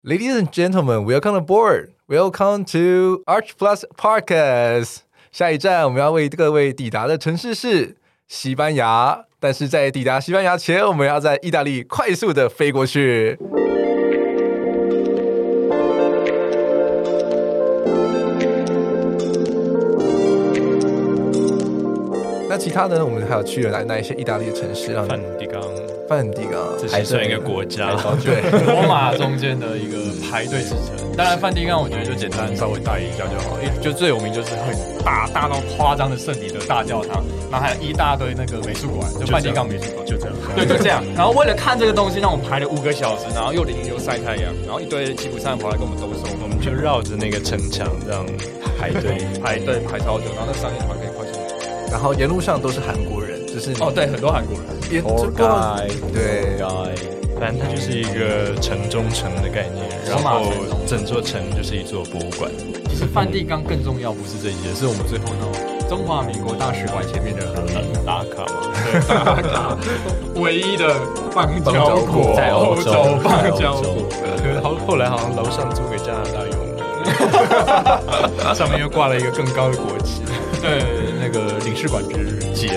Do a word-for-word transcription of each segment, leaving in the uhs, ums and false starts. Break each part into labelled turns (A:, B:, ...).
A: Ladies and gentlemen, welcome aboard. Welcome to Arch Plus Podcast. 下一站我们要为各位抵达的城市是西班牙，但是在抵达西班牙前，我们要在意大利快速的飞过去。那其他呢？我们还有去了哪一些意大利的城市？
B: 梵蒂冈，
A: 梵蒂冈
B: 这是算一个国家，
C: 对，罗马中间的一个排队之城。当然，梵蒂冈我觉得就简单稍微带一下就好，因为就最有名就是很大大到夸张的圣彼得大教堂，然后还有一大堆那个美术馆，就梵蒂冈美术馆，
B: 就这样，
C: 对，就这样。然后为了看这个东西，让我们排了五个小时，然后又淋又晒太阳，然后一堆吉普赛人跑来跟我们兜售，
B: 我们就绕着那个城墙这样排队
C: 排队排超久，然后那商业团可以快速。
A: 然后沿路上都是韩国人，就是
C: 哦，对，很多韩国人，
A: 也对，对，
B: 反正它就是一个城中城的概念，然后整座城就是一座博物馆。
C: 其实梵蒂冈更重要不是这些，是我们最后那种中华民国大使馆前面的
B: 打卡嘛，
C: 对，打卡，唯一的邦交国，
B: 在欧洲
C: 邦交国。
B: 可是后后来好像楼上租给加拿大用了，上面又挂了一个更高的国旗，
C: 对，那个领事馆之街。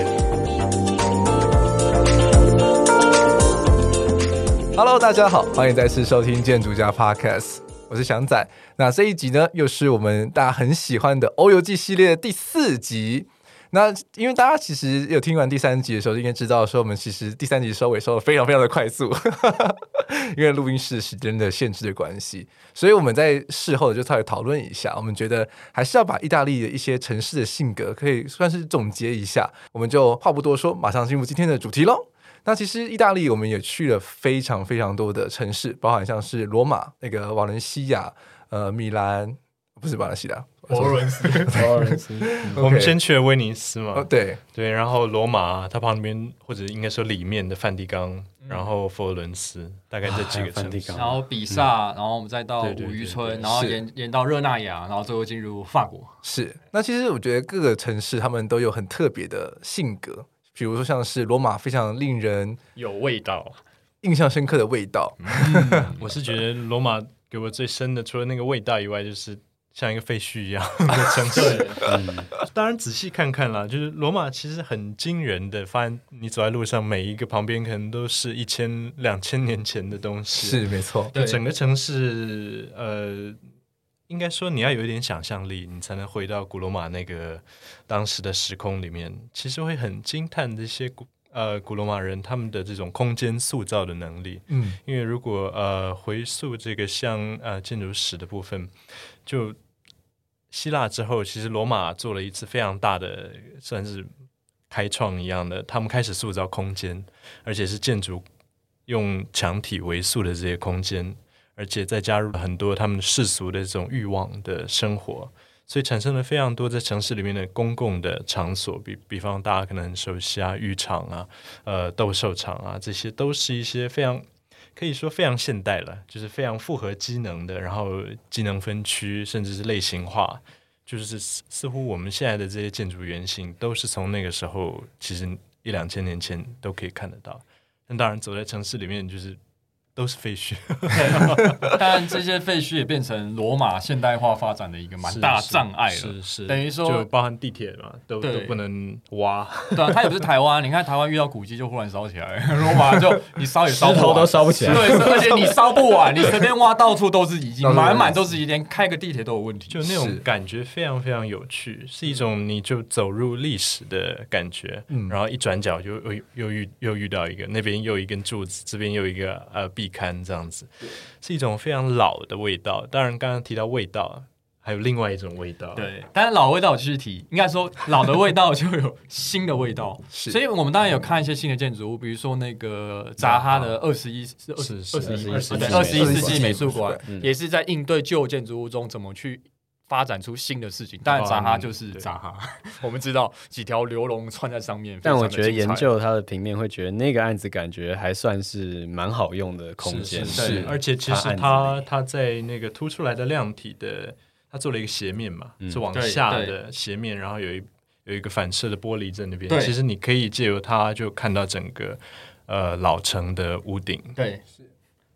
A: Hello， 大家好，欢迎再次收听建筑家 Podcast， 我是翔仔。那这一集呢，又是我们大家很喜欢的欧游记系列的第四集。那因为大家其实有听完第三集的时候，就应该知道说我们其实第三集收尾收的非常非常的快速，因为录音室时间的限制的关系，所以我们在事后就稍微讨论一下，我们觉得还是要把意大利的一些城市的性格可以算是总结一下。我们就话不多说，马上进入今天的主题咯。那其实意大利我们也去了非常非常多的城市，包含像是罗马、那个瓦伦西亚、呃米兰，不是瓦伦西亚，
C: 佛罗伦斯，
B: 佛罗伦斯。我们先去了威尼斯嘛，
A: 哦、对
B: 对，然后罗马，它旁边或者应该说里面的梵蒂冈，嗯、然后佛罗伦斯，大概这几个城市。
C: 然后比萨、嗯，然后我们再到五渔村，然后沿沿到热那亚，然后最后进入法国。
A: 是，那其实我觉得各个城市他们都有很特别的性格。比如说像是罗马非常令人
C: 有味道、
A: 印象深刻的味道、
B: 嗯、我是觉得罗马给我最深的除了那个味道以外，就是像一个废墟一样的城市、嗯、当然仔细看看啦，就是罗马其实很惊人的，发现你走在路上每一个旁边可能都是一千两千年前的东西，
A: 是没错，
B: 整个城市呃应该说你要有一点想象力，你才能回到古罗马那个当时的时空里面，其实会很惊叹这些古呃古罗马人他们的这种空间塑造的能力。嗯，因为如果呃回溯这个像呃建筑史的部分，就希腊之后，其实罗马做了一次非常大的算是开创一样的，他们开始塑造空间，而且是建筑用墙体为塑的这些空间。而且再加入很多他们世俗的这种欲望的生活，所以产生了非常多在城市里面的公共的场所，比比方大家可能很熟悉啊，浴场啊、呃斗兽场啊，这些都是一些非常可以说非常现代了，就是非常复合机能的，然后机能分区甚至是类型化，就是似乎我们现在的这些建筑原型都是从那个时候其实一两千年前都可以看得到。但当然走在城市里面就是都是废墟
C: 当然这些废墟也变成罗马现代化发展的一个蛮大的障碍了，
B: 是 是, 是
C: 等于说
B: 就包含地铁嘛， 都, 都不能挖。
C: 对啊，它也不是台湾，你看台湾遇到古迹就忽然烧起来，罗马就你烧也烧不完，
D: 石头都烧不起来，
C: 对，而且你烧不完，你随便挖到处都是遗迹，满满都是遗迹，连开个地铁都有问题，
B: 就那种感觉非常非常有趣，是一种你就走入历史的感觉，嗯、然后一转角就又又遇又遇到一个，那边又一根柱子，这边又一个呃壁龛，这样子，是一种非常老的味道。当然，刚刚提到味道，还有另外一种味道。
C: 对，但是老的味道我继续提，应该说老的味道就有新的味道。所以我们当然有看一些新的建筑物，比如说那个扎哈的二十一二十二十一二十一世纪美术馆，也是在应对旧建筑物中怎么去发展出新的事情。当然扎哈就是扎哈，我们知道几条流龙串在上面，
D: 但我觉得研究它的平面会觉得那个案子感觉还算是蛮好用的空间，
B: 是, 是, 是而且其实它它在那个凸出来的量体的，它做了一个斜面嘛，嗯、是往下的斜面，然后有一有一个反射的玻璃在那边，其实你可以借由它就看到整个呃老城的屋顶，
C: 对。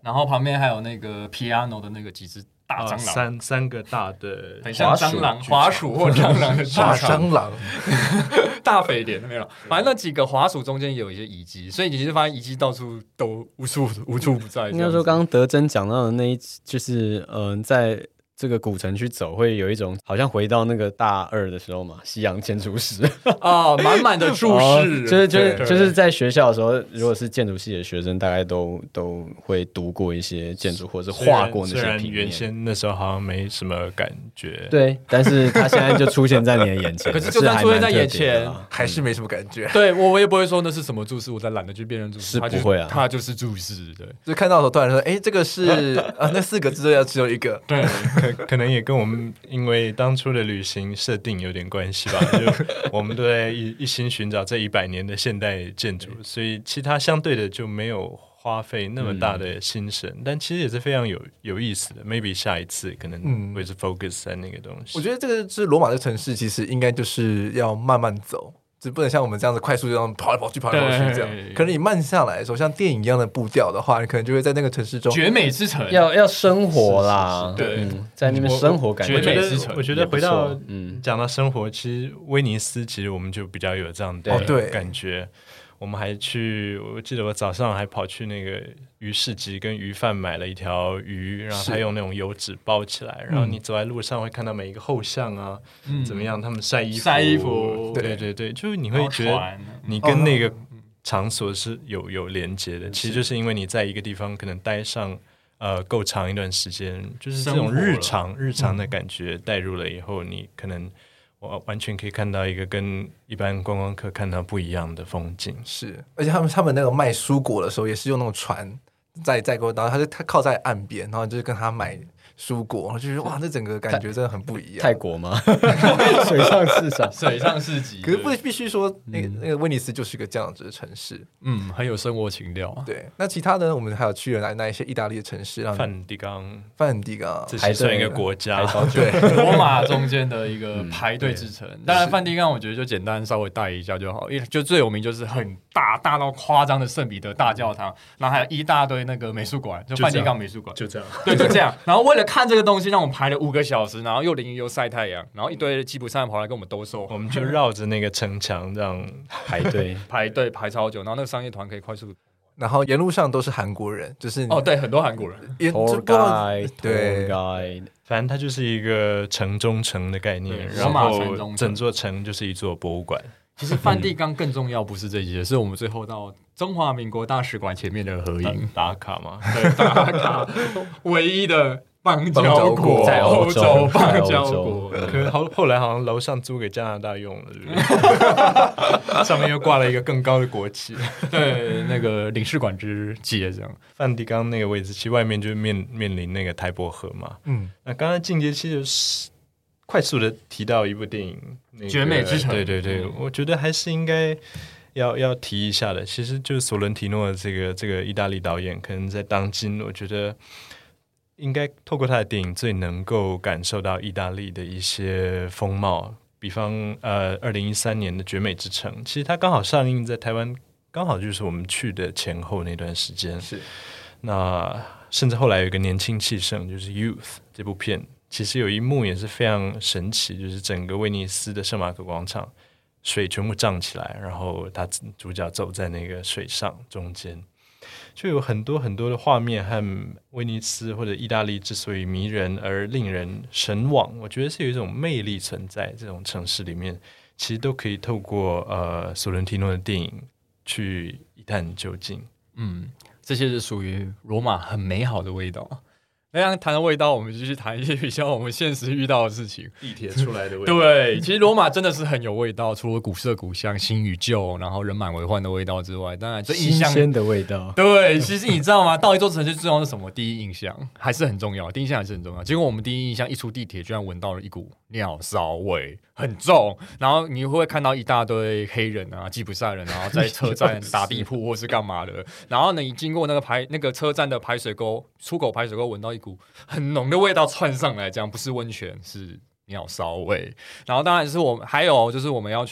C: 然后旁边还有那个 piano 的那个几只大蟑螂，
B: 啊、三三个大的，
C: 很像蟑螂、滑鼠或蟑螂的
A: 大蟑螂、
C: 大肥脸没有。反正那几个滑鼠中间也有一些遗迹，所以你其实发现遗迹到处都无处无处不在。
D: 应该说，刚刚德珍讲到的那一，就是嗯、呃，在这个古城去走，会有一种好像回到那个大二的时候嘛，西洋建筑史
C: 啊，满满的注释、哦，
D: 就是就是就是在学校的时候，如果是建筑系的学生，大概都都会读过一些建筑，或者是画过那些平面。
B: 原先那时候好像没什么感觉，
D: 对，但是他现在就出现在你的眼前，
C: 可是就算出现在眼前，
A: 还是没什么感觉。
C: 对我我也不会说那是什么注释，我才懒得去辨认注释，
D: 是不会啊，
C: 它就是注释，对，
A: 就看到的时候突然说，哎，这个是啊，那四个字要只有一个，
C: 对。
B: 可能也跟我们因为当初的旅行设定有点关系吧，就我们都在一一心寻找这一百年的现代建筑，所以其他相对的就没有花费那么大的心神，嗯、但其实也是非常有有意思的。maybe 下一次可能会是 focus 在那个东西。
A: 我觉得这个是罗马这个城市，其实应该就是要慢慢走。就不能像我们这样子快速这样跑来跑去跑来跑去这样，可能你慢下来的时候，像电影一样的步调的话，你可能就会在那个城市中
C: 绝美之城，
D: 要要生活啦，
C: 是是是对、
D: 嗯，在那边生活感觉。
B: 绝美之城，我觉得回到
D: 嗯
B: 讲到生活，其实威尼斯其实我们就比较有这样的感觉。我们还去，我记得我早上还跑去那个鱼市集跟鱼贩买了一条鱼，然后他用那种油纸包起来，然后你走在路上会看到每一个后巷啊，嗯、怎么样，他们晒衣服，
C: 晒衣服，
B: 对对对，就是你会觉得你跟那个场所是有有连接的，其实就是因为你在一个地方可能待上呃够长一段时间，就是这种日常日常的感觉带入了以后，你可能。我完全可以看到一个跟一般观光客看到不一样的风景，
A: 是，而且他们他们那个卖蔬果的时候也是用那种船在在过，然后他就他靠在岸边，然后就是跟他买蔬果，然后就觉得哇，这整个感觉真的很不一样。
D: 泰国吗？水上市场，
C: 水上市集。
A: 可是不必须说，那个、嗯、那个威尼斯就是个这样子的城市，
C: 嗯，很有生活情调。
A: 对，那其他的我们还有去了那一些意大利的城市，让
B: 梵蒂冈，
A: 梵蒂冈，
B: 这是算一个国家，
A: 对，
C: 罗马中间的一个排队之城。嗯、当然，梵蒂冈我觉得就简单稍微带一下就好，因为就最有名就是很大大到夸张的圣彼得大教堂，然后还有一大堆那个美术馆，就梵蒂冈美术馆，
B: 就这样，
C: 对，就这样。然后为了看这个东西，让我们排了五个小时，然后又淋雨又晒太阳，然后一堆吉普赛人跑来跟我们兜售，
B: 我们就绕着那个城墙这样
D: 排队
C: 排队排超久，然后那个商业团可以快速。
A: 然后沿路上都是韩国人，就是
C: 哦，对，很多韩国人，
A: 也
D: tour guide，
A: 对
D: tour guide，
B: 反正它就是一个城中城的概念，然后整座城就是一座博物馆。
C: 其实梵蒂冈更重要不是这些，是我们最后到中华民国大使馆前面的合影
B: 打卡嘛，
C: 对，打卡，唯一的。邦交国
D: 在欧洲，
C: 邦交国，
B: 可是后后来好像楼上租给加拿大用了，是不是？上面又挂了一个更高的国旗，
C: 对，那个领事馆之街这样。
B: 梵蒂冈那个位置，其实外面就面面临那个台伯河嘛。嗯，那刚刚进阶期就是快速的提到一部电影，那個《
C: 绝美之城》。
B: 对对对，嗯、我觉得还是应该要要提一下的。其实就是索伦提诺的这个这个意大利导演，可能在当今，我觉得。应该透过他的电影最能够感受到意大利的一些风貌，比方呃，二零一三年的《绝美之城》，其实它刚好上映在台湾，刚好就是我们去的前后那段时间。
A: 是，
B: 那甚至后来有一个年轻气盛，就是《Youth》这部片，其实有一幕也是非常神奇，就是整个威尼斯的圣马可广场水全部涨起来，然后他主角走在那个水上中间。就有很多很多的画面和威尼斯或者意大利之所以迷人而令人神往，我觉得是有一种魅力存在这种城市里面，其实都可以透过呃索伦提诺的电影去一探究竟。
C: 嗯，这些是属于罗马很美好的味道。那样谈的味道，我们就去谈一些比较我们现实遇到的事情。
B: 地铁出来的味道，
C: 对，其实罗马真的是很有味道，除了古色古香、新与旧，然后人满为患的味道之外，当然这印象
D: 新鲜的味道。
C: 对，其实你知道吗？到一座城市最重要是什么？第一印象还是很重要，第一印象还是很重要。结果我们第一印象一出地铁，居然闻到了一股尿骚味，很重。然后你会看到一大堆黑人啊、吉普赛人，然后在车站打地铺或是干嘛的。然后呢，你经过那个排那个车站的排水沟出口排水沟，闻到一股很浓的味道窜上来，这样不是温泉是尿骚味。然后当然是我们还有就是我们要去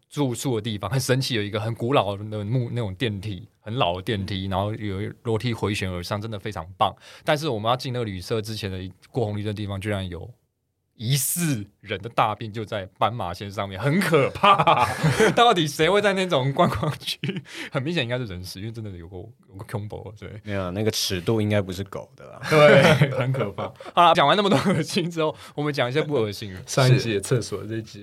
C: 住宿的地方，很神奇，有一个很古老的木那种电梯，很老的电梯，然后有楼梯回旋而上，真的非常棒。但是我们要进那个旅社之前的过红绿灯地方，居然有疑似人的大便就在斑马线上面，很可怕。到底谁会在那种观光区？很明显应该是人屎，因为真的有个有个恐怖，对，
D: 没有那个尺度应该不是狗的啦。
C: 对，很可怕。好了，讲完那么多恶心之后，我们讲一些不恶心的。
B: 上一集的厕所，这一集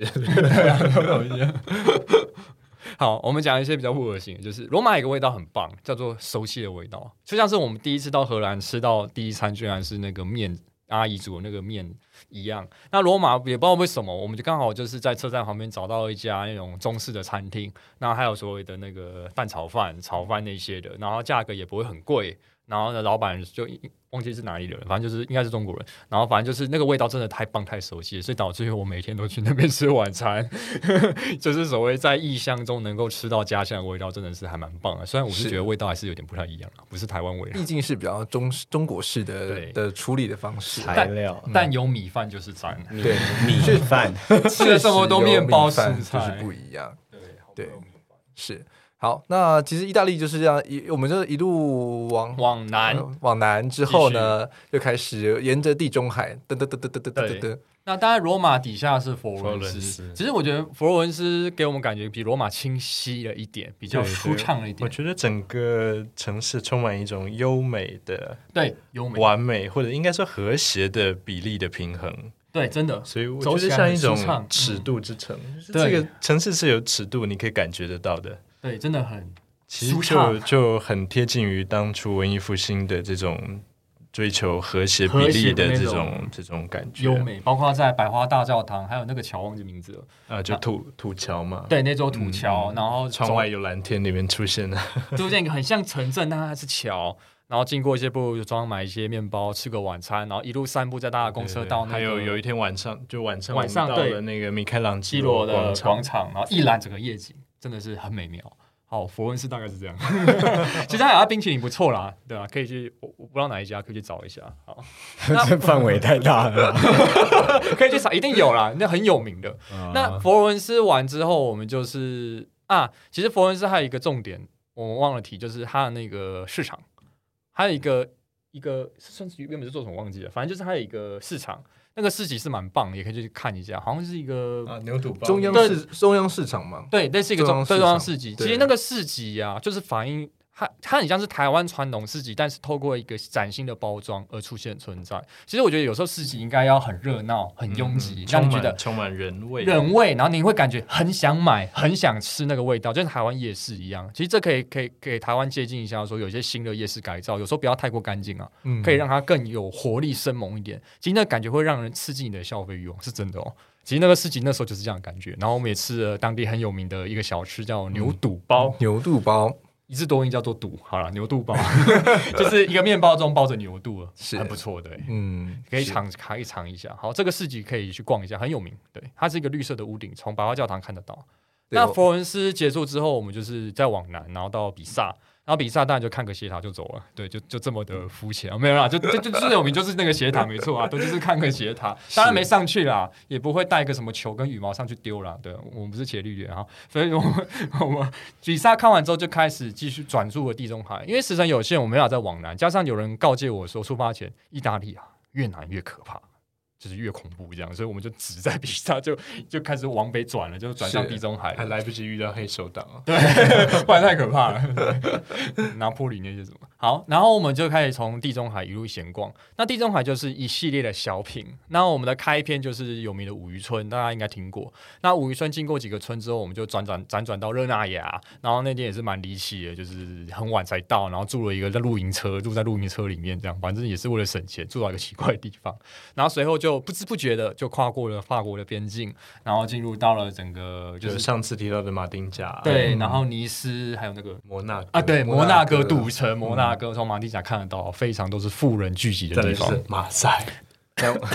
C: 好，我们讲一些比较不恶心的，就是罗马有一个味道很棒，叫做熟悉的味道，就像是我们第一次到荷兰吃到第一餐，居然是那个面。阿姨煮的那个面一样，那罗马也不知道为什么，我们就刚好就是在车站旁边找到一家那种中式的餐厅，那还有所谓的那个蛋炒饭、炒饭那些的，然后价格也不会很贵，然后呢，老板就忘记是哪里的人，反正就是应该是中国人，然后反正就是那个味道真的太棒太熟悉了，所以导致我每天都去那边吃晚餐，就是所谓在异乡中能够吃到家乡的味道，真的是还蛮棒的。虽然我是觉得味道还是有点不太一样，不是台湾味，
A: 毕竟是比较中中国式的的处理的方式，
D: 材料，
C: 但, 但有米饭就是赞，
A: 对
D: 米饭
C: 吃了这么多面包食材
A: 就是不一样，
C: 对
A: 对是。好，那其实意大利就是这样，一我们就一路往
C: 往南、呃，
A: 往南之后呢，就开始沿着地中海，噔噔噔噔噔噔噔噔。
C: 那当然，罗马底下是佛罗伦斯。其实我觉得佛罗伦斯给我们感觉比罗马清晰了一点，比较舒畅了一点。
B: 我觉得整个城市充满一种优美的、
C: 对优美、
B: 完美，或者应该说和谐的比例的平衡。
C: 对，真的，
B: 所以我觉得像一种尺度之城，嗯、就是这个城市是有尺度，你可以感觉得到的。
C: 对，真的很
B: 其实就就很贴近于当初文艺复兴的这种追求和谐比例的这种这种感觉，
C: 优美。包括在百花大教堂，还有那个桥忘记名字了，
B: 啊，就土土桥嘛，
C: 对，那座土桥，嗯、然后
B: 窗外有蓝天里面出现了，
C: 出现一个很像城镇，但它是桥。然后经过一些步入庄买一些面包，吃个晚餐，然后一路散步在大的公车到那个。
B: 还有有一天晚上，就晚上
C: 晚上
B: 到了那个米开朗基
C: 罗的广场，然后一览整个夜景，真的是很美妙。好，佛罗伦斯大概是这样。其实它有冰淇淋不错啦，对吧、啊？可以去，我我不知道哪一家，可以去找一下。好，
D: 这范围太大了，
C: 可以去找，一定有啦，那很有名的。啊、那佛罗伦斯完之后，我们就是啊，其实佛罗伦斯还有一个重点，我们忘了提，就是它的那个市场，还有一个一个算是原本是做什么忘记了，反正就是它有一个市场。那个市集是蛮棒的，也可以去看一下，好像是一个
B: 啊牛肚包
A: 中央市中央市场嘛，
C: 对，那是一个中中央市集。其实那个市集啊，就是反映它它很像是台湾传统市集，但是透过一个崭新的包装而出现存在。其实我觉得有时候市集应该要很热闹、很拥挤，嗯、让你觉得
B: 充满人味，
C: 人味，然后你会感觉很想买、很想吃那个味道，就像台湾夜市一样。其实这可以可以给台湾接近一下，说有一些新的夜市改造，有时候不要太过干净啊，嗯、可以让它更有活力、生猛一点。其实那感觉会让人刺激你的消费欲望，是真的哦。其实那个市集那时候就是这样的感觉，然后我们也吃了当地很有名的一个小吃，叫牛肚包。
A: 嗯、牛肚包。
C: 一字多音叫做肚，好了，牛肚包就是一个面包中包着牛肚了，是很不错的，嗯，可以尝可以尝一下。好，这个市集可以去逛一下，很有名，对，它是一个绿色的屋顶，从百花教堂看得到。那佛罗伦斯结束之后，我们就是再往南，然后到比萨。然后比萨当然就看个斜塔就走了，对，就就这么的肤浅，没有啦，就就就最有名就是那个斜塔，没错啊，都就是看个斜塔，当然没上去啦，也不会带个什么球跟羽毛上去丢啦，对，我们不是伽利略啊，所以我们我们比萨看完之后就开始继续转入了地中海，因为时程有限，我们没有再往南，加上有人告诫我说出发前意大利啊越南越可怕。就是越恐怖这样，所以我们就只在比萨就就开始往北转了，就转向地中海，
B: 还来不及遇到黑手党啊！
C: 对，不然太可怕了。拿坡里那些什么好，然后我们就开始从地中海一路闲逛。那地中海就是一系列的小品。那我们的开篇就是有名的五渔村，大家应该听过。那五渔村经过几个村之后，我们就转转辗转到热那亚，然后那天也是蛮离奇的，就是很晚才到，然后住了一个在露营车，住在露营车里面，这样反正也是为了省钱，住到一个奇怪的地方。然后随后就就不知不觉的就跨过了法国的边境，然后进入到了整个就是、
B: 就是上次提到的马丁甲，
C: 对，嗯、然后尼斯还有那个
B: 摩纳
C: 啊，对，摩纳哥赌城，摩纳哥从马丁甲看得到，非常都是富人聚集的地方。
B: 马赛，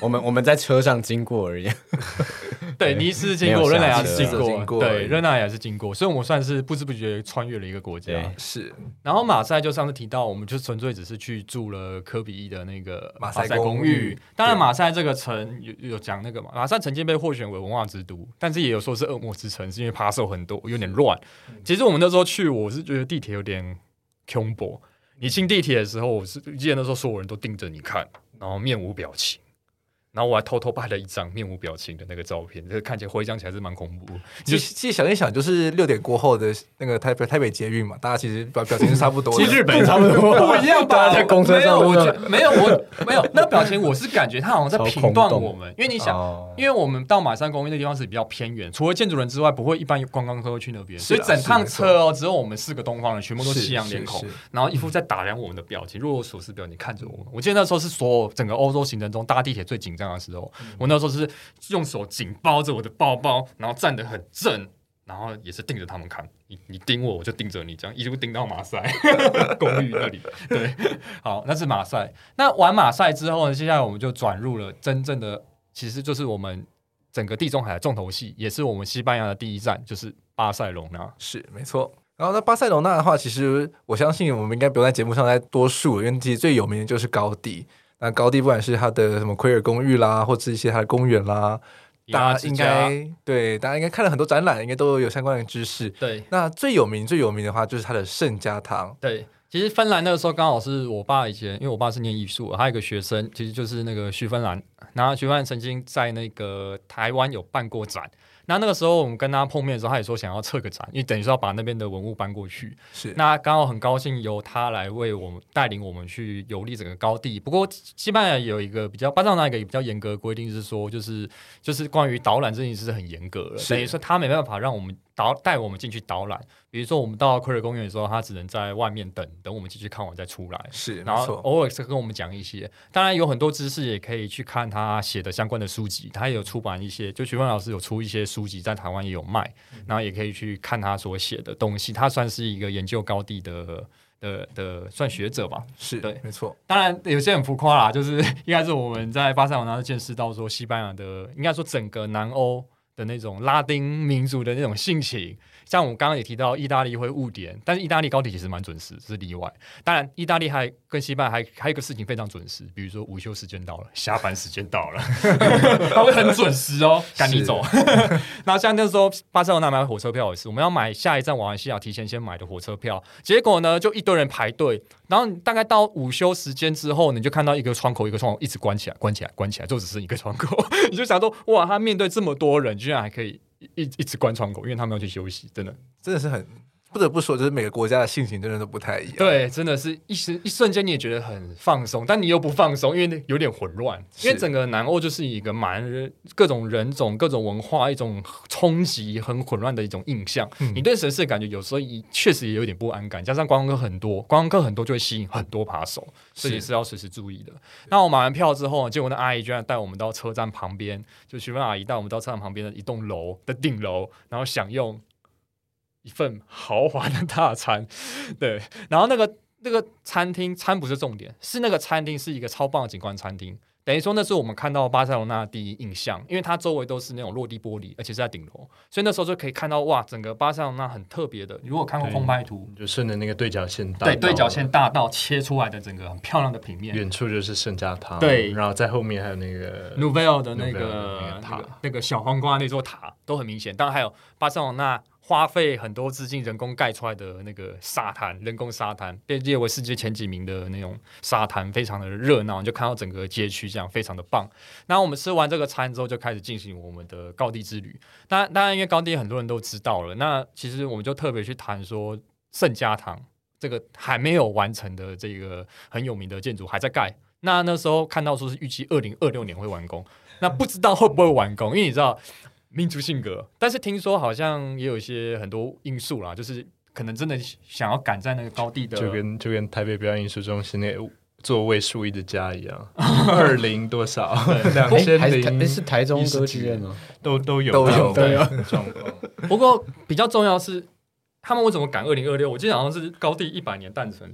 D: 我们我们在车上经过而已。
C: 对，尼斯经过，热那亚是经
A: 经
C: 过，对，热那亚是经过，所以我们算是不知不觉穿越了一个国家。
A: 是。
C: 然后马赛就上次提到，我们就纯粹只是去住了科比一的那个
A: 马赛
C: 公寓。当然，马赛这个城有有讲那个嘛，马赛曾经被获选为文化之都，但是也有说是恶魔之城，是因为扒手很多，有点乱。其实我们那时候去，我是觉得地铁有点恐怖。你进地铁的时候，我是记得那时候所有人都盯着你看，然后面无表情。然后我还偷偷拍了一张面无表情的那个照片，这个看起来回想起来是蛮恐怖。
A: 其实其实想一想，就是六点过后的那个台北台北捷运嘛，大家其实表表情是差不多的。
C: 其实日本差不多，不一样吧？
D: 在公车上，
C: 没有，我没有，我没有那个表情，我是感觉他好像在评断我们，因为你想，哦、因为我们到马山公寓那地方是比较偏远，除了建筑人之外，不会一般观光客会去那边，所以整趟车哦，只有我们四个东方人，全部都西洋脸孔，然后一副在打量我们的表情，若有所思表情看着我们。我记得那时候是所有整个欧洲行程中搭地铁最紧张的时候。嗯我那时候是用手紧包着我的包包，然后站得很正，然后也是盯着他们看。你你盯我，我就盯着你，这样一路盯到马赛公寓那里。对，好，那是马赛。那完马赛之后呢，接下来我们就转入了真正的，其实就是我们整个地中海的重头戏，也是我们西班牙的第一站，就是巴塞隆纳。
A: 是，没错。然后那巴塞隆纳的话，其实我相信我们应该不用在节目上再多述，因为其实最有名的就是高地。那高地不管是他的什么奎尔公寓啦，或者一些他的公园啦，大家应该对大家应该看了很多展览，应该都有相关的知识。
C: 对，那
A: 最有名最有名的话就是他的圣家堂。
C: 对，其实芬兰那个时候刚好是我爸以前，因为我爸是念艺术，还有一个学生，其实就是那个徐芬兰。然后徐芬兰曾经在那个台湾有办过展。那那个时候我们跟他碰面的时候，他也说想要撤个展，因为等于是要把那边的文物搬过去。
A: 是，
C: 那刚好很高兴由他来为我们带领我们去游历整个高地。不过西班牙有一个比较，巴塞罗那一个比较严格的规定是说，就是就是关于导览这件事是很严格的，等于说他没办法让我们导带我们进去导览。比如说我们到奎尔公园的时候，他只能在外面等，等我们进去看完再出来。
A: 是，
C: 然后偶尔是跟我们讲一些，当然有很多知识也可以去看他写的相关的书籍，他也有出版一些，就徐芬老师有出一些书籍，在台湾也有卖，然后也可以去看他所写的东西。他算是一个研究高地的的的算学者吧？
A: 是，对，没错。
C: 当然有些很浮夸啦，就是应该是我们在巴塞罗那见识到说西班牙的，应该说整个南欧的那种拉丁民族的那种性情。像我们刚刚也提到意大利会误点，但是意大利高铁其实蛮准时，这是例外。当然意大利还跟西班牙还还有一个事情非常准时，比如说午休时间到了，下班时间到了他会很准时哦，赶你走然后像那时候巴塞罗那买火车票也是，我们要买下一站瓦伦西亚提前先买的火车票，结果呢就一堆人排队，然后大概到午休时间之后，你就看到一个窗口一个窗口一直关起来关起来关起来，就只是一个窗口你就想说哇，他面对这么多人居然还可以一一直关窗口，因为他们要去休息，真的
A: 真的是很不得不说，就是每个国家的性情真的都不太一样。
C: 对，真的是一时一瞬间你也觉得很放松，但你又不放松，因为有点混乱。因为整个南欧就是一个蛮各种人种、各种文化一种冲击、很混乱的一种印象。嗯、你对城市的感觉有时候确实也有点不安感，加上观光客很多，观光客很多就会吸引很多扒手，所以也是要随时注意的。那我买完票之后，结果那阿姨居然带我们到车站旁边，就徐芬阿姨带我们到车站旁边的一栋楼的顶楼，然后享用一份豪华的大餐，对，然后那个那个餐厅餐不是重点，是那个餐厅是一个超棒的景观餐厅，等于说那是我们看到巴塞罗那的第一印象，因为它周围都是那种落地玻璃，而且是在顶楼，所以那时候就可以看到哇，整个巴塞罗那很特别的。如果看过空拍图，
B: 就顺着那个对角线大道，
C: 对对角线大道切出来的整个很漂亮的平面，
B: 远处就是圣家堂，
C: 对，
B: 然后在后面还有那个
C: Nouvelle 的那个那个塔、那个，那个小黄瓜那座塔都很明显。当然还有巴塞罗那花费很多资金人工盖出来的那个沙滩，人工沙滩被列为世界前几名的那种沙滩，非常的热闹，你就看到整个街区这样非常的棒。那我们吃完这个餐之后，就开始进行我们的高地之旅。当然，因为高地很多人都知道了，那其实我们就特别去谈说圣家堂这个还没有完成的这个很有名的建筑还在盖。那那时候看到说是预计二零二六年会完工，那不知道会不会完工，因为你知道。民族性格，但是听说好像也有一些很多因素啦，就是可能真的想要赶在那个高地的，
B: 就跟就跟台北表演艺术中心那座位数一的家一样，二零多少，两千零
D: 是台中歌剧院吗？
B: 都都有
A: 都有
B: 都有状况。
C: 不过比较重要是，他们为什么赶二零二六？我记得好像是高地一百年诞辰，是不是？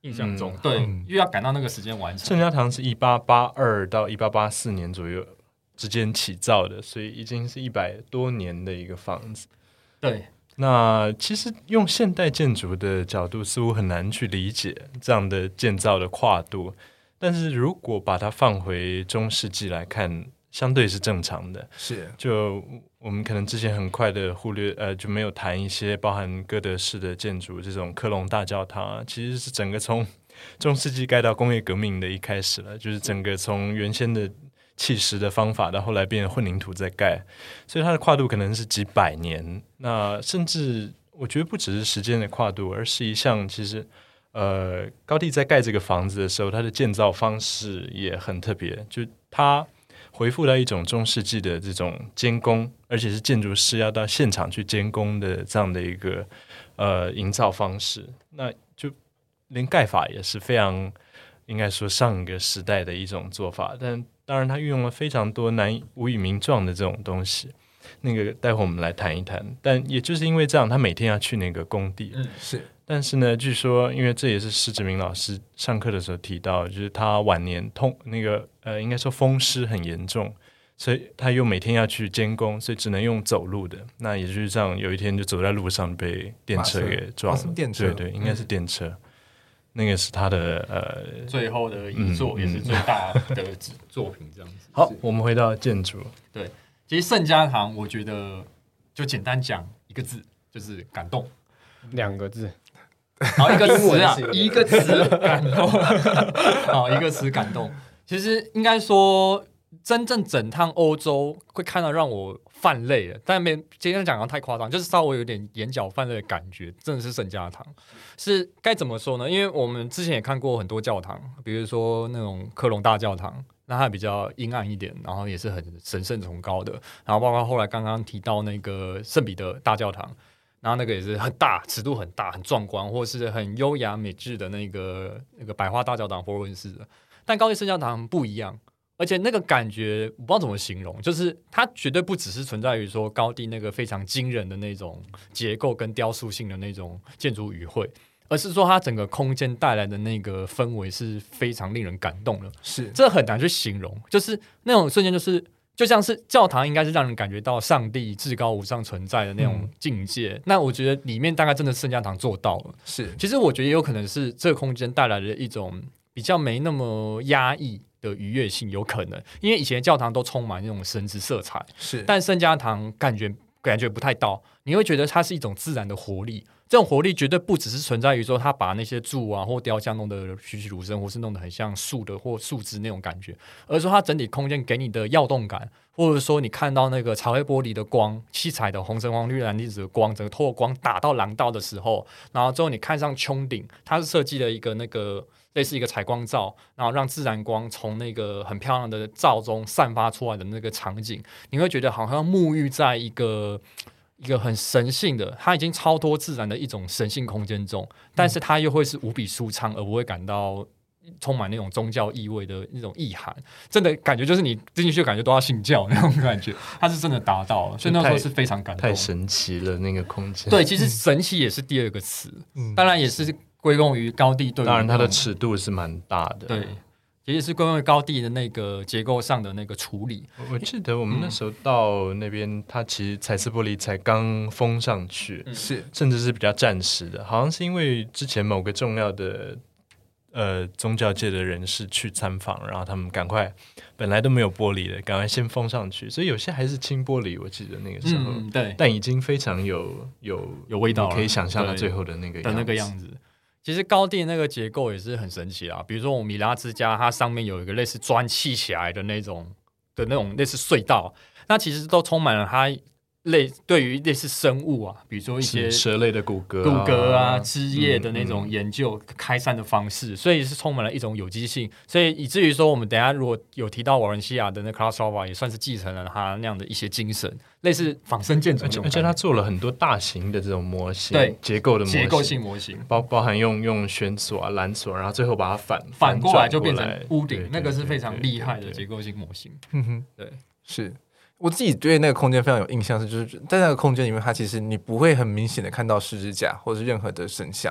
C: 印象中，嗯、对，因为要赶到那个时间完成。
B: 圣家堂是一八八二到一八八四年左右之间起造的，所以已经是一百多年的一个房子。
C: 对，
B: 那其实用现代建筑的角度似乎很难去理解这样的建造的跨度，但是如果把它放回中世纪来看，相对是正常的。
A: 是，
B: 就我们可能之前很快的忽略，呃，就没有谈一些包含哥德式的建筑，这种科隆大教堂啊，其实是整个从中世纪盖到工业革命的一开始了，就是整个从原先的砌石的方法到后来变成混凝土在盖，所以它的跨度可能是几百年。那甚至我觉得不只是时间的跨度，而是一项其实呃，高第在盖这个房子的时候，它的建造方式也很特别，就它回复到一种中世纪的这种监工，而且是建筑师要到现场去监工的这样的一个呃营造方式。那就连盖法也是非常应该说上一个时代的一种做法，但当然它运用了非常多难以无以名状的这种东西，那个待会我们来谈一谈。但也就是因为这样，他每天要去那个工地，
A: 嗯，是。
B: 但是呢，据说因为这也是施志明老师上课的时候提到，就是他晚年痛那个呃，应该说风湿很严重，所以他又每天要去监工，所以只能用走路的。那也就是这样，有一天就走在路上被电车给撞了。
A: 哦、电车，
B: 对对，应该是电车。嗯，那个是他的呃
C: 最后的遗作，嗯，也是最大的作品，这样子。
B: 好，我们回到建筑。
C: 对，其实圣家堂，我觉得就简单讲一个字，就是感动。
D: 两个字，
C: 好，一个词啊，一个词感动。好，一个词感动。其实应该说，真正整趟欧洲会看到让我泛泪了，但没今天讲的太夸张，就是稍微有点眼角泛泪的感觉，真的是圣家堂。是该怎么说呢？因为我们之前也看过很多教堂，比如说那种科隆大教堂，那它比较阴暗一点，然后也是很神圣崇高的。然后包括后来刚刚提到那个圣彼得大教堂，然后那个也是很大，尺度很大，很壮观，或是很优雅美致的那个那个百花大教堂，佛罗伦斯的。但高第圣教堂不一样。而且那个感觉我不知道怎么形容，就是它绝对不只是存在于说高第那个非常惊人的那种结构跟雕塑性的那种建筑语汇，而是说它整个空间带来的那个氛围是非常令人感动的。
A: 是，
C: 这很难去形容，就是那种瞬间，就是就像是教堂应该是让人感觉到上帝至高无上存在的那种境界。嗯，那我觉得里面大概真的圣家堂做到了。
A: 是，
C: 其实我觉得也有可能是这个空间带来的一种比较没那么压抑的愉悦性，有可能，因为以前的教堂都充满那种神职色彩，
A: 是，
C: 但圣家堂感觉感觉不太到，你会觉得它是一种自然的活力。这种活力绝对不只是存在于说它把那些柱啊或雕像弄得栩栩如生，或是弄得很像树的或树枝那种感觉，而是说它整体空间给你的跃动感，或者说你看到那个彩绘玻璃的光、七彩的红橙黄绿蓝靛紫的光，整个透过光打到廊道的时候，然后之后你看上穹顶，它是设计了一个那个类似一个采光罩，然后让自然光从那个很漂亮的罩中散发出来的那个场景，你会觉得好像沐浴在一个一个很神性的，它已经超脱自然的一种神性空间中，但是它又会是无比舒畅，而不会感到充满那种宗教意味的那种意涵。真的感觉就是你进去感觉都要信教那种感觉，它是真的达到了，所以那时候是非常感动，
B: 太神奇了那个空间。
C: 对，其实神奇也是第二个词，嗯，当然也是归功于高第对于，
B: 当然它的尺度是蛮大的，
C: 对，也是归功于高第的那个结构上的那个处理。
B: 我记得我们那时候到那边，嗯，它其实彩色玻璃才刚封上去，
A: 嗯，是，
B: 甚至是比较暂时的，好像是因为之前某个重要的呃宗教界的人士去参访，然后他们赶快本来都没有玻璃的，赶快先封上去，所以有些还是轻玻璃，我记得那个时候，
C: 嗯，对，
B: 但已经非常有有
C: 有味道了，
B: 可以想象到最后的那个
C: 的那个样子。其实高第那个结构也是很神奇啦，比如说我们米拉之家，它上面有一个类似砖砌起来的那种的那种类似隧道，那其实都充满了它类对于类似生物啊，比如说一些
B: 蛇类的骨骼、
C: 骨骼啊、枝叶的那种研究、嗯嗯、开山的方式，所以是充满了一种有机性，所以以至于说我们等一下如果有提到瓦伦西亚的那 Calatrava 也算是继承了他那样的一些精神，类似仿生建筑，
B: 而且他做了很多大型的这种模型，
C: 对
B: 结构的模型
C: 结构性模型，
B: 包包含用用旋锁啊、缆锁，然后最后把它反
C: 反过来就变成屋顶，那个是非常厉害的结构性模型。
A: 嗯哼，
C: 对，
A: 是。我自己对那个空间非常有印象，是就是在那个空间里面，它其实你不会很明显的看到十字架或是任何的神像，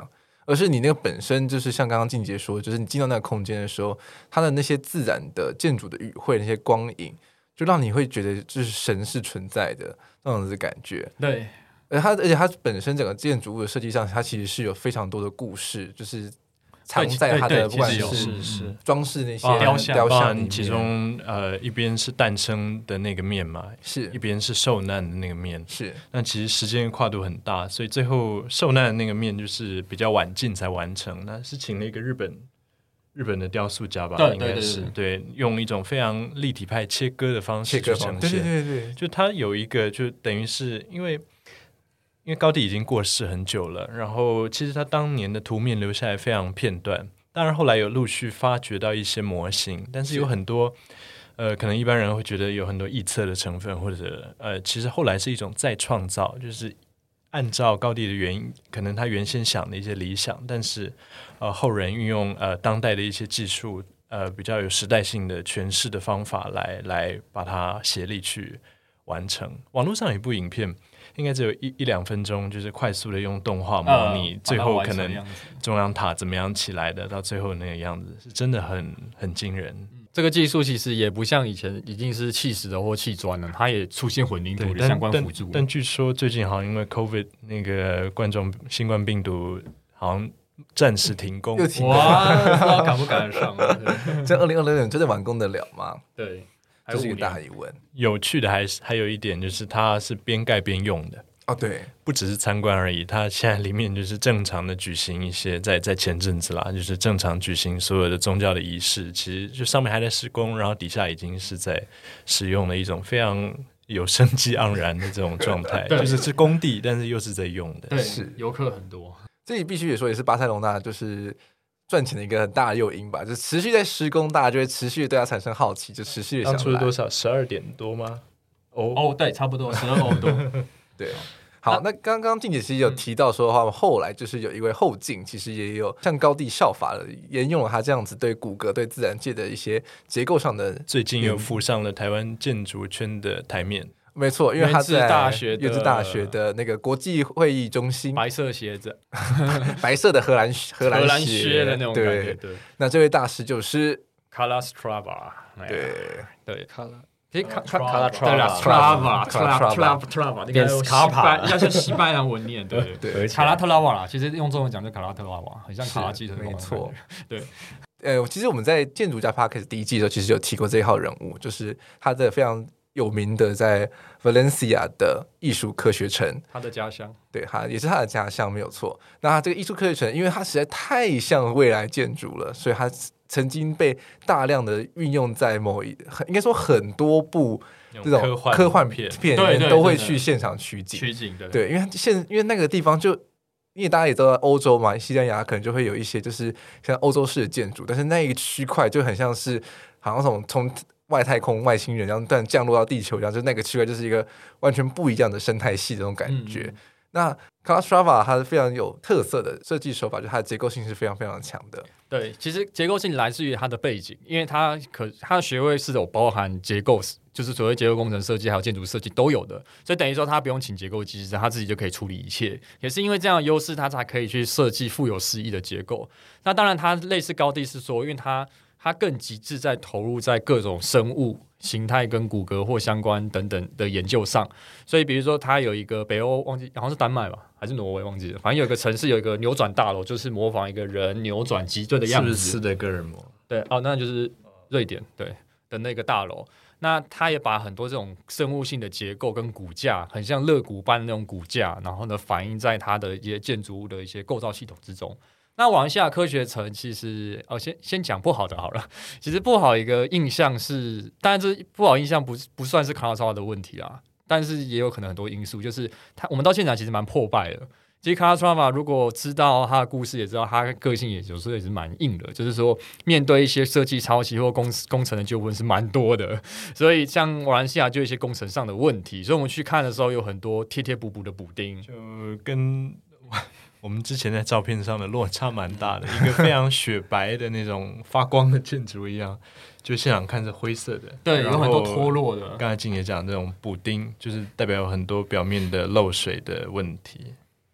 A: 而是你那个本身就是像刚刚静姐说，就是你进到那个空间的时候，它的那些自然的建筑的语汇，那些光影，就让你会觉得就是神是存在的那种的感觉。
C: 对，
A: 而它而且它本身整个建筑物的设计上，它其实是有非常多的故事，就是藏在它的不管是装饰那些
C: 雕像
A: 雕像里面，
B: 其中呃一边是诞生的那个面嘛，
A: 是
B: 一边是受难的那个面，
A: 是。
B: 那其实时间跨度很大，所以最后受难的那个面就是比较晚近才完成。那是请了一个日本日本的雕塑家吧，
C: 对
B: 应该是 对, 对，用一种非常立体派切割的方式去呈现。
A: 对对对对，
B: 就它有一个，就等于是因为。因为高第已经过世很久了，然后其实他当年的图面留下来非常片段，当然后来有陆续发掘到一些模型，但是有很多呃，可能一般人会觉得有很多臆测的成分，或者呃，其实后来是一种再创造，就是按照高第的原因，可能他原先想的一些理想，但是呃后人运用呃当代的一些技术，呃比较有时代性的诠释的方法来来把它协力去完成。网络上有一部影片。应该只有一一两分钟，就是快速的用动画模拟，呃、最后可能中央塔怎么样起来的，到最后那个样子，是真的很很惊人。
C: 这个技术其实也不像以前已经是气石的或气砖了，它也出现混凝土的相关辅助。
B: 但, 但, 但据说最近好像因为 COVID 那个冠状新冠病毒，好像暂时停工。
A: 又停
C: 哇，不知道赶不赶得上？
A: 这二零二零年真的完工得了吗？
C: 对。
A: 这是一个大疑问。
B: 有趣的还是还有一点就是它是边盖边用的
A: 哦，对，
B: 不只是参观而已，它现在里面就是正常的举行一些在在前阵子啦，就是正常举行所有的宗教的仪式，其实就上面还在施工，然后底下已经是在使用的一种非常有生机盎然的这种状态，就是是工地，但是又是在用的，
C: 对，
A: 是
C: 游客很多。
A: 这里必须也说，也是巴塞隆纳就是赚钱的一个很大的诱因吧，就持续在施工，大家就会持续对它产生好奇，就持续的想来。
B: 当初是多少？十二点多吗？
C: 哦哦，对，差不多十二欧多。
A: 对，好，那刚刚静姐其实有提到说的话，后来就是有一位后进，其实也有向高第效法了，沿用了他这样子对骨骼、对自然界的一些结构上的。
B: 最近又浮上了台湾建筑圈的台面。
A: 没错，因为他在
C: 大学
A: 原子大学的那个国际会议中心，
C: 白色鞋子，
A: 白色的荷兰荷兰
C: 鞋, 荷兰靴的那种感觉。对，
A: 对，那这位大师就是
C: 卡拉斯特拉瓦。
A: 对
C: 对，
D: 卡拉。
C: 其实卡
D: 卡拉
C: 特拉瓦，特拉瓦，特拉特拉瓦，那个西班，应该是西班牙文念，对对，卡拉特拉瓦啦。其实用中文讲就卡拉特拉瓦，很像卡拉基特，
A: 没错。
C: 对，
A: 呃，其实我们在建筑家 Podcast 第一季的时候，其实有提过这一号人物，就是他的非常有名的在 Valencia 的艺术科学城，
C: 他的家乡，
A: 对，他也是他的家乡，没有错。那他这个艺术科学城，因为它实在太像未来建筑了，所以它曾经被大量的运用在某一，应该说很多部这种科幻片片里面都会去现场取景，
C: 取景的，
A: 对，因为现因为那个地方就。因为大家也知道欧洲嘛，西班牙可能就会有一些就是像欧洲式的建筑，但是那一个区块就很像是好像从从外太空外星人这样突然降落到地球一样，就那个区块就是一个完全不一样的生态系的那种感觉。嗯、那 Calatrava 它是非常有特色的设计手法，就它的结构性是非常非常强的。
C: 对，其实结构性来自于它的背景，因为它可它的学位是有包含结构，就是所谓结构工程设计还有建筑设计都有的，所以等于说他不用请结构技师，他自己就可以处理一切。也是因为这样的优势，他才可以去设计富有诗意的结构。那当然，他类似高第是说，因为他他更极致在投入在各种生物形态跟骨骼或相关等等的研究上，所以比如说他有一个北欧忘记好像是丹麦吧还是挪威忘记了，反正有一个城市有一个扭转大楼，就是模仿一个人扭转脊椎的样子，
B: 是不是斯德哥尔摩？
C: 对哦，那就是瑞典对的那个大楼。那他也把很多这种生物性的结构跟骨架，很像肋骨般的那种骨架，然后呢反映在它的一些建筑物的一些构造系统之中。那往下科学城其实哦，先先讲不好的好了。其实不好一个印象是，当然这不好印象不不算是卡拉超的问题啦，但是也有可能很多因素，就是他我们到现场其实蛮破败的。其实卡拉特拉如果知道他的故事，也知道他个性也有时候也是蛮硬的，就是说面对一些设计抄袭或工工程的纠纷是蛮多的，所以像瓦伦西亚就有一些工程上的问题，所以我们去看的时候有很多贴贴补补的补丁，
B: 就跟我们之前在照片上的落差蛮大的，一个非常雪白的那种发光的建筑一样，就现场看是灰色的，
C: 对，有很多脱落的。
B: 刚才静也讲这种补丁，就是代表有很多表面的漏水的问题。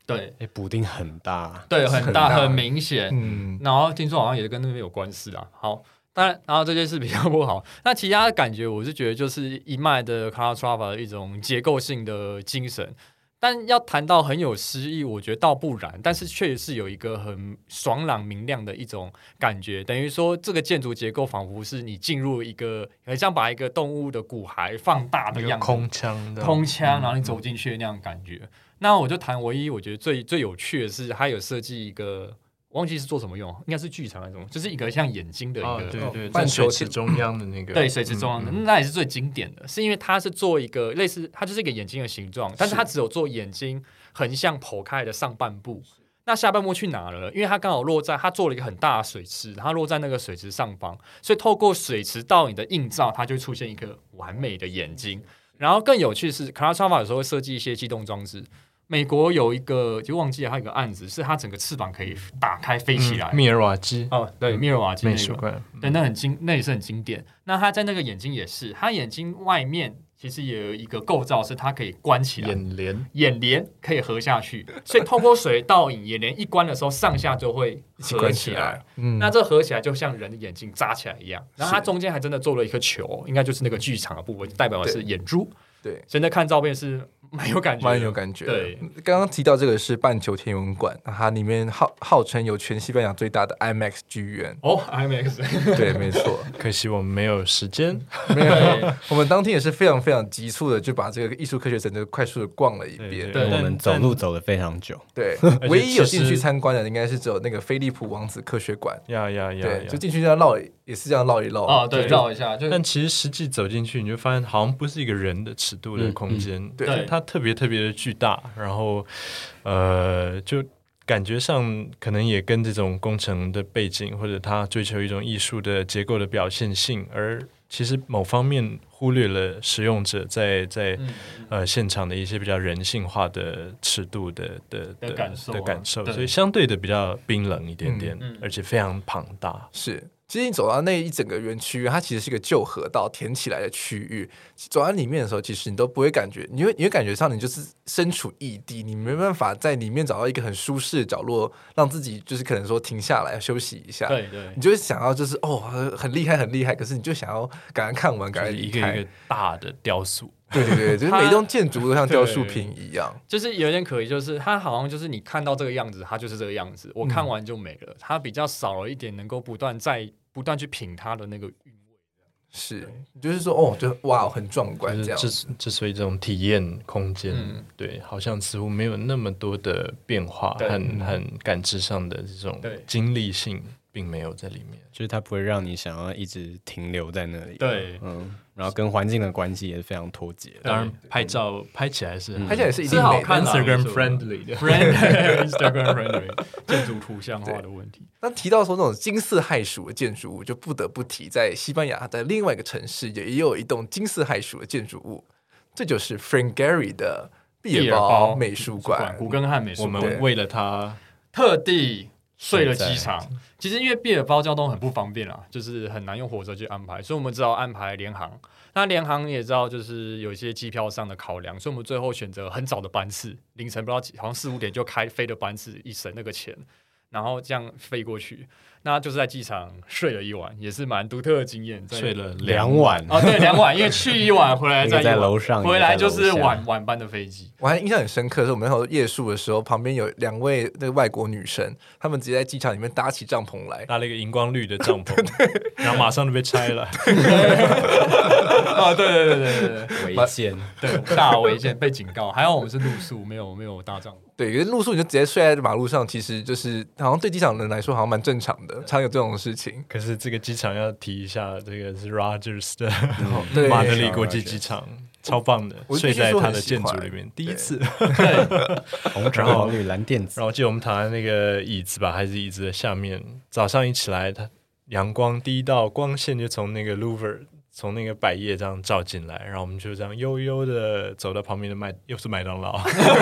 C: 对，
D: 哎，补丁很大，
C: 对，很
A: 很大
C: 大，很明显。
A: 嗯，
C: 然后听说好像也跟那边有关系啊。好，当然，然后这件事比较不好。那其他的感觉，我是觉得就是一脉的 Calatrava 的一种结构性的精神。但要谈到很有诗意，我觉得倒不然，但是确实是有一个很爽朗明亮的一种感觉，等于说这个建筑结构仿佛是你进入一个很像把一个动物的骨骸放大的样子，
B: 空腔的
C: 空腔，然后你走进去的那样感觉。嗯、那我就谈唯一我觉得最最有趣的是，它有设计一个。忘记是做什么用，应该是剧场那种，就是一个像眼睛的一个，
B: 哦、对对，
A: 半
B: 水池中央的那个，
C: 对，水池中央的、嗯嗯，那也是最经典的，是因为它是做一个类似，它就是一个眼睛的形状，但是它只有做眼睛横向剖开的上半部，那下半部去哪了？因为它刚好落在，它做了一个很大的水池，它落在那个水池上方，所以透过水池到你的映照，它就会出现一个完美的眼睛。然后更有趣的是 Calatrava 有时候会设计一些机动装置。美国有一个就忘记了，它有一个案子是它整个翅膀可以打开飞起来。
B: 嗯、密尔瓦基
C: 哦，对，密尔瓦基、那个、
B: 美术馆，
C: 对，那很经，那也是很经典。那它在那个眼睛也是，它眼睛外面其实也有一个构造是它可以关起来，
B: 眼帘，
C: 眼帘可以合下去，所以透过水倒影，眼帘一关的时候，上下就会合起来。嗯，那这合起来就像人的眼睛扎起来一样。然后它中间还真的做了一颗球，应该就是那个剧场的部分，代表的是眼珠。
A: 对，
C: 现在看照片是蛮有感觉，
A: 蛮有感觉。
C: 对，
A: 刚刚提到这个是半球天文馆，它里面号号称有全西班牙最大的 IMAX 剧院。
C: 哦 ，IMAX，
A: 对，没错。
B: 可惜我们没有时间，
A: 没有。我们当天也是非常非常急促的，就把这个艺术科学城就快速的逛了一遍。
C: 对，
D: 我们走路走了非常久。
A: 对，唯一有进去参观的应该是只有那个菲利普王子科学馆。
B: 呀呀呀！
A: 对，就进去这样绕，也是这样绕一绕。
C: 啊，对，绕一下。
B: 但其实实际走进去，你就发现好像不是一个人的尺度的空间。
A: 嗯嗯、对，
B: 它特别特别的巨大，然后呃，就感觉上可能也跟这种工程的背景，或者他追求一种艺术的结构的表现性，而其实某方面忽略了使用者在在、嗯、呃现场的一些比较人性化的尺度的的
C: 的感受、啊、
B: 的感受，所以相对的比较冰冷一点点，嗯、而且非常庞大。
A: 是。其实你走到那一整个园区，它其实是一个旧河道填起来的区域。走在里面的时候，其实你都不会感觉，你会你会感觉上你就是身处异地，你没办法在里面找到一个很舒适的角落，让自己就是可能说停下来休息一下。
C: 对对，
A: 你就会想要就是哦，很厉害很厉害，可是你就想要赶快看完，赶快离开。
B: 一个一个大的雕塑。
A: 对对对，就是每一栋建筑都像雕塑品一样，
C: 就是有点可疑，就是它好像就是你看到这个样子，它就是这个样子，我看完就没了。它比较少了一点能够不断再不断去品它的那个韵味。
A: 是，就是说哦，就哇，很壮观这样。
B: 之之所以这种体验空间，嗯、对，好像似乎没有那么多的变化和和感知上的这种经历性。并没有在里面，
D: 就是它不会让你想要一直停留在那里。
C: 对，
D: 嗯，然后跟环境的关系也是非常脱节。
B: 当然，拍照拍起来是、嗯、
A: 拍起来是一定
C: 好看的
B: ，Instagram friendly 的
C: ，Instagram friendly 建筑图像化的问题。
A: 那提到说那种金色骇鼠的建筑物，就不得不提在西班牙的另外一个城市也有一栋金色骇鼠的建筑物，这就是 Frank Gehry 的毕尔包美术馆，
C: 古根汉美术
B: 馆。我们为了它
C: 特地睡了机场。其实因为毕尔包交通很不方便啦，就是很难用火车去安排，所以我们只好安排联航。那联航你也知道，就是有一些机票上的考量，所以我们最后选择很早的班次，凌晨不知道几，好像四五点就开飞的班次，以省那个钱，然后这样飞过去。那就是在机场睡了一晚，也是蛮独特的经验。
B: 睡了
D: 两晚
C: 哦，对，两晚，因为去一晚，回来再
D: 在楼上，
C: 回来就是晚晚班的飞机。
A: 我还印象很深刻，是我们那时候夜宿的时候，旁边有两位那个外国女生，她们直接在机场里面搭起帐篷来，
B: 搭了一个荧光绿的帐篷，然后马上就被拆了。
C: 哦，对对对对对
D: 对，违建，
C: 对，大违建被警告。还好我们是露宿，没有没有搭帐篷。
A: 对，因为露宿你就直接睡在马路上，其实就是好像对机场人来说好像蛮正常的，常有这种事情。
B: 可是这个机场要提一下，这个是 Rogers 的、嗯、马德里国际机场，超棒的，睡在他的建筑里面，第一次。
C: 对，
D: 红橙黄绿蓝靛紫。
B: 然后记得我们躺在那个椅子吧，还是椅子的下面，早上一起来，它阳光第一道光线就从那个 Louvre。从那个百叶这样照进来，然后我们就这样悠悠的走到旁边的麦，又是麦当劳，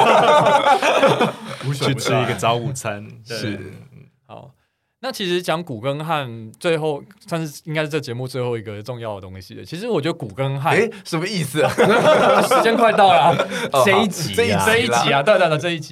B: 去吃一个早午餐。
A: 是，
C: 好。那其实讲古根汉，最后算是应该是这节目最后一个重要的东西了。其实我觉得古根汉，
A: 哎，什么意思啊？
C: 时间快到了、啊，
D: 这一集，
C: 这一这一集啊，对对对，这一集。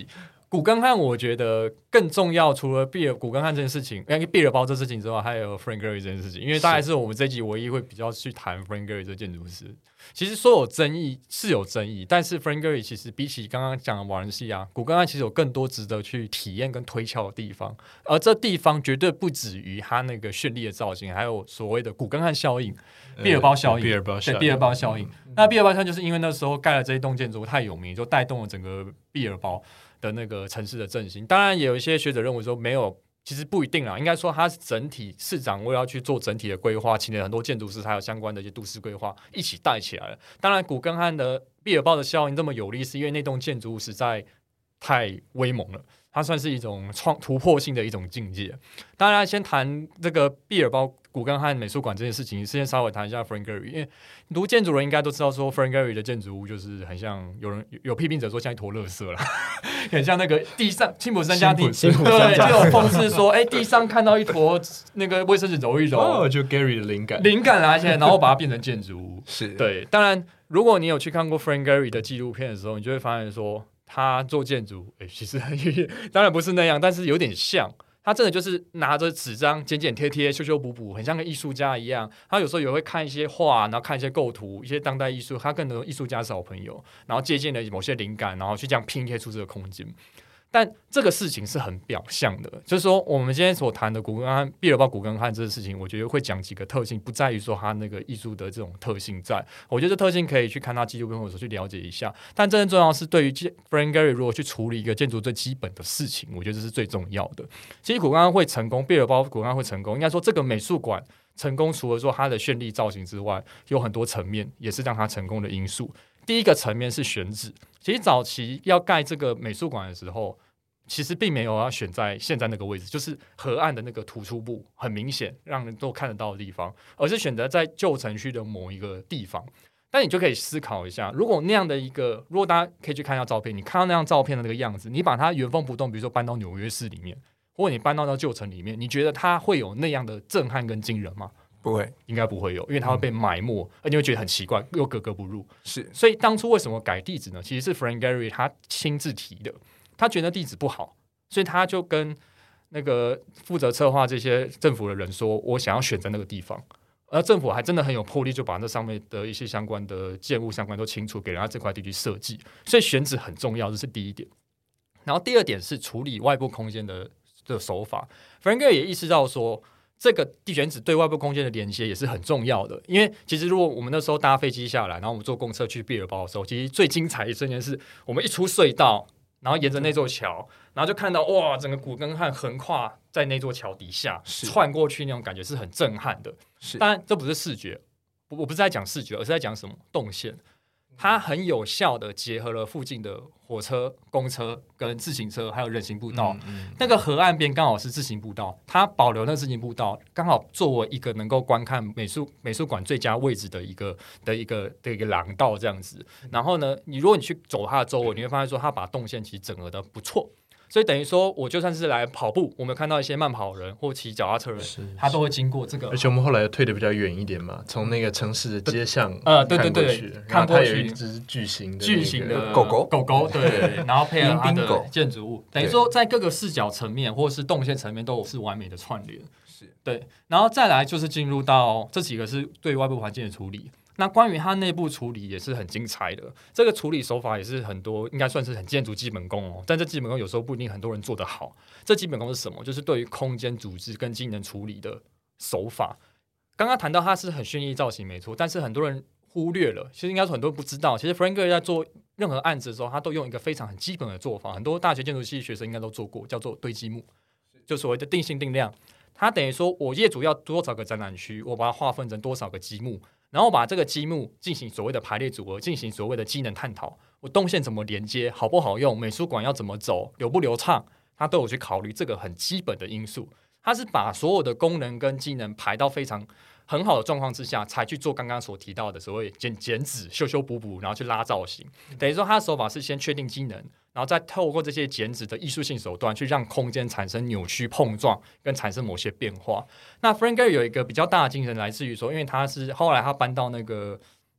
C: 古根汉我觉得更重要，除了毕尔古根汉这件事情，因为毕尔包这事情之外，还有 Frank Gehry 这件事情，因为大概是我们这一集唯一会比较去谈 Frank Gehry 这建筑师。其实说有争议是有争议，但是 Frank Gehry 其实比起刚刚讲的瓦伦西亚，古根汉其实有更多值得去体验跟推敲的地方，而这地方绝对不止于他那个绚丽的造型，还有所谓的古根汉效应、毕尔包效应、
B: 毕尔包效应、
C: 毕尔包效应。那毕尔包效应就是因为那时候盖了这一栋建筑太有名，就带动了整个毕尔包的那个城市的振兴。当然，也有一些学者认为说没有。其实不一定啦，应该说它是整体市长为了要去做整体的规划，请了很多建筑师还有相关的一些都市规划一起带起来了。当然，古根汉的毕尔包的效应这么有力，是因为那栋建筑物实在太威猛了，它算是一种创突破性的一种境界。当然，先谈这个毕尔包古根汉美术馆这件事情，先稍微谈一下 Frank Gehry， 因为读建筑人应该都知道说 Frank Gehry 的建筑物就是很像有人有批评者说像一坨垃圾啦，很像那个地上辛普森家庭，对，就有讽刺说，哎、欸，地上看到一坨那个卫生纸揉一揉，
B: 哦，就 Gehry 的灵感，
C: 灵感来起来，然后把它变成建筑物，
A: 是
C: 对。当然，如果你有去看过 Frank Gehry 的纪录片的时候，你就会发现说，他做建筑，哎、欸，其实当然不是那样，但是有点像。他真的就是拿着纸张剪剪贴贴修修补补，很像个艺术家一样。他有时候也会看一些画，然后看一些构图，一些当代艺术，他更多艺术家小朋友，然后借鉴了某些灵感，然后去这样拼贴出这个空间。但这个事情是很表象的，就是说我们今天所谈的古根汉、毕尔包古根汉这个事情，我觉得会讲几个特性，不在于说他那个艺术的这种特性在，我觉得这特性可以去看他纪录片或者去了解一下。但真正重要的是对于 Frank Gehry 如果去处理一个建筑最基本的事情，我觉得这是最重要的。其实古根汉会成功，毕尔包古根汉会成功，应该说这个美术馆成功，除了说它的绚丽造型之外，有很多层面也是让它成功的因素。第一个层面是选址，其实早期要盖这个美术馆的时候，其实并没有要选在现在那个位置，就是河岸的那个突出部很明显让人都看得到的地方，而是选择在旧城区的某一个地方。但你就可以思考一下，如果那样的一个，如果大家可以去看一下照片，你看到那样照片的那个样子，你把它原封不动，比如说搬到纽约市里面，或者你搬到那旧城里面，你觉得它会有那样的震撼跟惊人吗？
A: 不会，
C: 应该不会有，因为它会被埋没，嗯、而且会觉得很奇怪，又格格不入。
A: 是，
C: 所以当初为什么改地址呢？其实是 Frank Gehry 他亲自提的，他觉得地址不好，所以他就跟那个负责策划这些政府的人说，我想要选在那个地方。而政府还真的很有魄力，就把那上面的一些相关的建物相关都清楚，给人家这块地区设计。所以选址很重要，这是第一点。然后第二点是处理外部空间的的手法。Frank Gehry 也意识到说，这个地选址对外部空间的连接也是很重要的，因为其实如果我们那时候搭飞机下来，然后我们坐公车去毕尔包的时候，其实最精彩的一瞬间是我们一出隧道，然后沿着那座桥，然后就看到哇，整个古根汉横跨在那座桥底下窜过去，那种感觉是很震撼的。是，当然这不是视觉，我不是在讲视觉，而是在讲什么动线。它很有效的结合了附近的火车、公车跟自行车，还有人行步道。嗯嗯、那个河岸边刚好是自行步道，它保留那个自行步道，刚好作为一个能够观看美术美术馆最佳位置的一个的一个的一个廊道这样子。然后呢，你如果你去走它的周围，你会发现说，它把动线其实整合的不错。所以等于说，我就算是来跑步，我们看到一些慢跑人或骑脚踏车人，他都会经过这个。
B: 而且我们后来退的比较远一点嘛，从那个城市的街巷
C: 呃，对对对，看过去，
B: 有一只巨型的、那個、
C: 巨型的
A: 狗狗
C: 狗狗，对，然后配合它的建筑物，等于说在各个视角层面或是动线层面都是完美的串联。是对，然后再来就是进入到这几个是对外部环境的处理。那关于它内部处理也是很精彩的，这个处理手法也是很多，应该算是很建筑基本功哦。但这基本功有时候不一定很多人做得好。这基本功是什么？就是对于空间组织跟机能处理的手法。刚刚谈到它是很绚丽造型没错，但是很多人忽略了，其实应该说很多人不知道，其实 Frank Gehry 在做任何案子的时候，他都用一个非常很基本的做法，很多大学建筑系学生应该都做过，叫做堆积木，就所谓的定性定量。它等于说我业主要多少个展览区，我把它划分成多少个积木，然后把这个积木进行所谓的排列组合，进行所谓的机能探讨，我动线怎么连接，好不好用，美术馆要怎么走，流不流畅，它都有去考虑这个很基本的因素。它是把所有的功能跟机能排到非常很好的状况之下，才去做刚刚所提到的所谓剪剪纸、修修补补，然后去拉造型。等于说，他的手法是先确定机能，然后再透过这些剪纸的艺术性手段，去让空间产生扭曲、碰撞，跟产生某些变化。那 Frank Gehry 有一个比较大的精神，来自于说，因为他是后来他搬到那个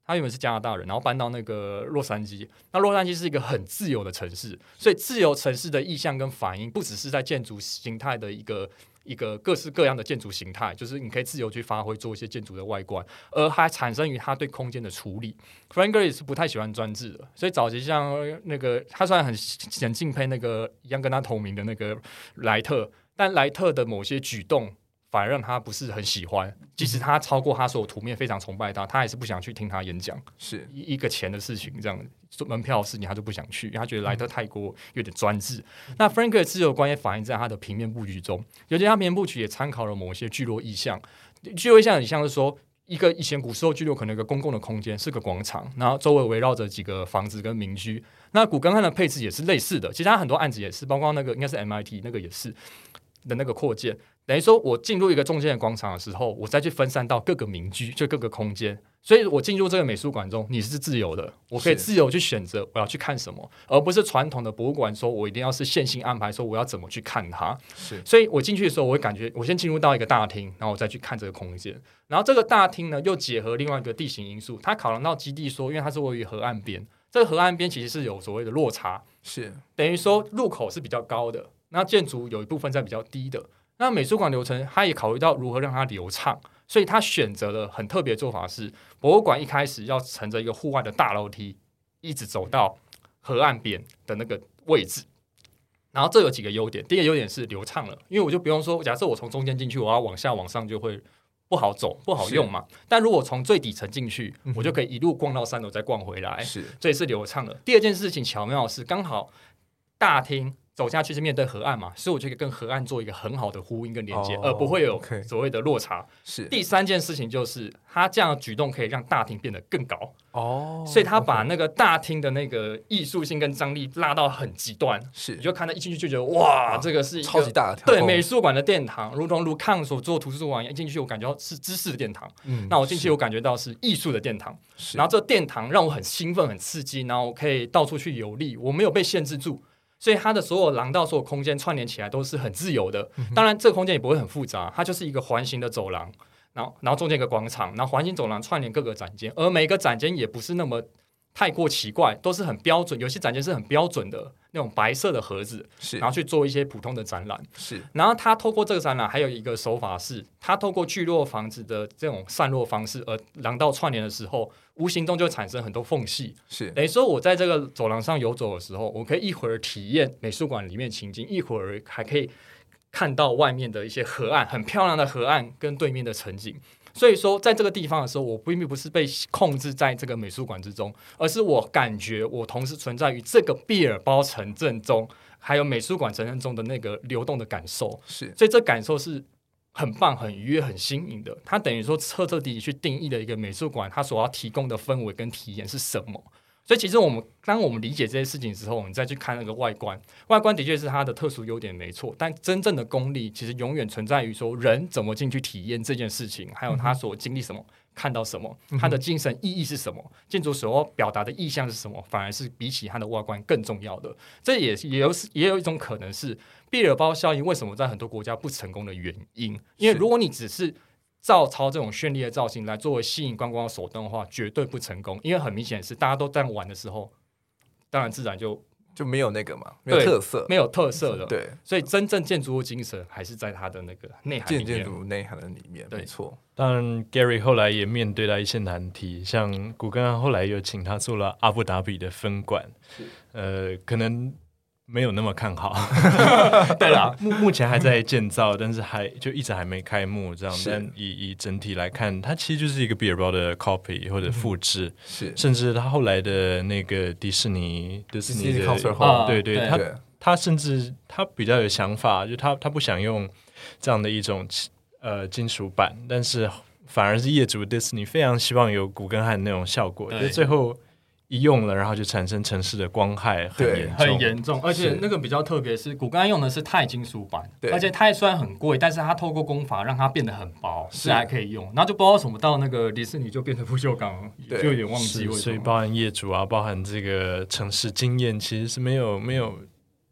C: 他原本是加拿大人，然后搬到那个洛杉矶。那洛杉矶是一个很自由的城市，所以自由城市的意象跟反应，不只是在建筑形态的一个一个各式各样的建筑形态，就是你可以自由去发挥做一些建筑的外观，而还产生于他对空间的处理。Frank Gehry 是不太喜欢专制的，所以早期像那个他虽然很很敬佩那个一样跟他同名的那个莱特，但莱特的某些举动反而让他不是很喜欢，即使他超过他所有图面非常崇拜他，他还是不想去听他演讲，是一个钱的事情，这样门票的事情他就不想去，因为他觉得莱特太过有点专制。嗯、那 Frank 的自由观也反映在他的平面布局中，尤其他平面布局也参考了某些聚落意象。聚落意象很像是说，一个以前古时候聚落可能有个公共的空间，是个广场，然后周围围绕着几个房子跟民居。那古根汉的配置也是类似的，其实他很多案子也是，包括那个应该是 M I T 那个也是的那个扩建。等于说我进入一个中间的广场的时候，我再去分散到各个民居，就各个空间。所以我进入这个美术馆中，你是自由的，我可以自由去选择我要去看什么，而不是传统的博物馆说我一定要是线性安排，说我要怎么去看它。是，所以我进去的时候，我会感觉我先进入到一个大厅，然后我再去看这个空间。然后这个大厅呢，又结合另外一个地形因素，它考量到基地说，因为它是位于河岸边，这个河岸边其实是有所谓的落差，是等于说入口是比较高的，那建筑有一部分在比较低的。那美术馆流程，它也考虑到如何让它流畅，所以它选择了很特别的做法是，博物馆一开始要乘着一个户外的大楼梯，一直走到河岸边的那个位置。然后这有几个优点，第一个优点是流畅了，因为我就不用说，假设我从中间进去，我要往下往上就会不好走，不好用嘛。但如果从最底层进去，我就可以一路逛到三楼再逛回来，是，这也是流畅的。第二件事情巧妙的是，刚好大厅走下去是面对河岸嘛，所以我就可以跟河岸做一个很好的呼应跟连接，哦、而不会有所谓的落差。是第三件事情就是，他这样的举动可以让大厅变得更高哦，所以他把那个大厅的那个艺术性跟张力拉到很极端，是你就看到一进去就觉得哇，啊、这个是一个
A: 超级大的
C: 对美术馆的殿堂，如同卢康所做图书馆一进去，我感觉到是知识的殿堂。嗯，那我进去我感觉到是艺术的殿堂，然后这殿堂让我很兴奋、很刺激，然后我可以到处去游历，我没有被限制住。所以它的所有廊道、所有空间串联起来都是很自由的。当然，这个空间也不会很复杂，它就是一个环形的走廊，然后然后中间一个广场，然后环形走廊串联各个展间，而每个展间也不是那么太过奇怪，都是很标准。有些展间是很标准的那种白色的盒子，是然后去做一些普通的展览。是，然后他透过这个展览，还有一个手法是，他透过聚落房子的这种散落方式，而廊道串联的时候，无形中就产生很多缝隙。是，等于说我在这个走廊上游走的时候，我可以一会儿体验美术馆里面情景，一会儿还可以看到外面的一些河岸，很漂亮的河岸跟对面的城景。所以说，在这个地方的时候，我并不是被控制在这个美术馆之中，而是我感觉我同时存在于这个毕尔包城镇中，还有美术馆城镇中的那个流动的感受。是，所以这感受是很棒、很愉悦、很新颖的。它等于说彻彻底底去定义了一个美术馆它所要提供的氛围跟体验是什么。所以其实我们当我们理解这些事情之后，我们再去看那个外观，外观的确是它的特殊优点没错，但真正的功力其实永远存在于说人怎么进去体验这件事情，还有他所经历什么、看到什么，他的精神意义是什么，建筑所要表达的意象是什么，反而是比起它的外观更重要的。这也也有也有一种可能是毕尔包效应为什么在很多国家不成功的原因，因为如果你只是照抄这种绚丽的造型来作为吸引观光的手段的话，绝对不成功。因为很明显是大家都这样玩的时候，当然自然就
A: 就没有那个嘛，没有特色，
C: 没有特色的。
A: 对，
C: 所以真正建筑物精神还是在它的那个内涵里面，
A: 建筑内涵的里面，没错。
B: 当然 ，Gehry 后来也面对了一些难题，像古根汉后来又请他做了阿布达比的分馆，呃，可能没有那么看好。
C: 对啦，
B: 目目前还在建造，但是还就一直还没开幕这样。但以以整体来看，它其实就是一个毕尔包的 copy 或者复制，是、嗯、甚至他后来的那个迪士尼迪士尼的
A: concert hall，
B: 对对，他他甚至他比较有想法，就他他不想用这样的一种呃金属板，但是反而是业主迪士尼非常希望有古根汉那种效果，就最后一用了，然后就产生城市的光害很严重，
C: 很严重。而且那个比较特别是，古根汉用的是钛金属板，而且它虽然很贵，但是它透过工法让它变得很薄，是还可以用。然后就不知道为什么到那个迪士尼就变成不锈钢，就有点忘记为什么。
B: 所以包含业主啊，包含这个城市经验，其实是没有没有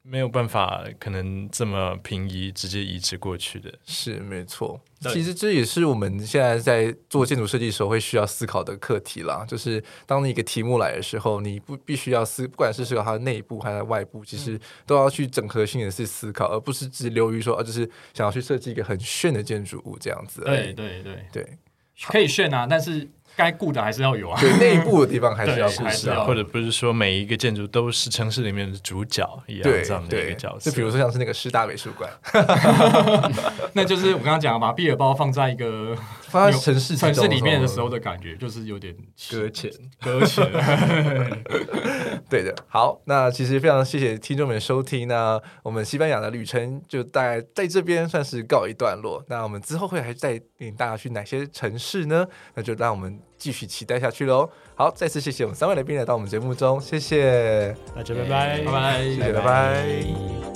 B: 没有办法可能这么平移直接移植过去的。
A: 是没错，其实这也是我们现在在做建筑设计的时候会需要思考的课题啦，就是当你一个题目来的时候，你不必须要思，不管是思考它的内部还是外部，其实都要去整合性的去思考，而不是只流于说、啊、就是想要去设计一个很炫的建筑物这样子。
C: 对对对
A: 对，
C: 可以炫啊，但是该顾的还是要有啊，
A: 对，内部的地方还是要顾
B: 到，或者不是说每一个建筑都是城市里面的主角一样这样的一个角色。
A: 就比如说像是那个师大美术馆，
C: 那就是我刚刚讲的把毕尔包放在一个
A: 放在城市
C: 城市里面的时候的感觉，就是有点
B: 搁浅
C: 搁浅。
A: 对的，好，那其实非常谢谢听众们收听，那我们西班牙的旅程就大概在这边算是告一段落。那我们之后会还带领大家去哪些城市呢？那就让我们继续期待下去喽。好，再次谢谢我们三位来宾来到我们节目中，谢谢
C: 大家，拜拜，拜拜，
A: 谢谢，拜拜。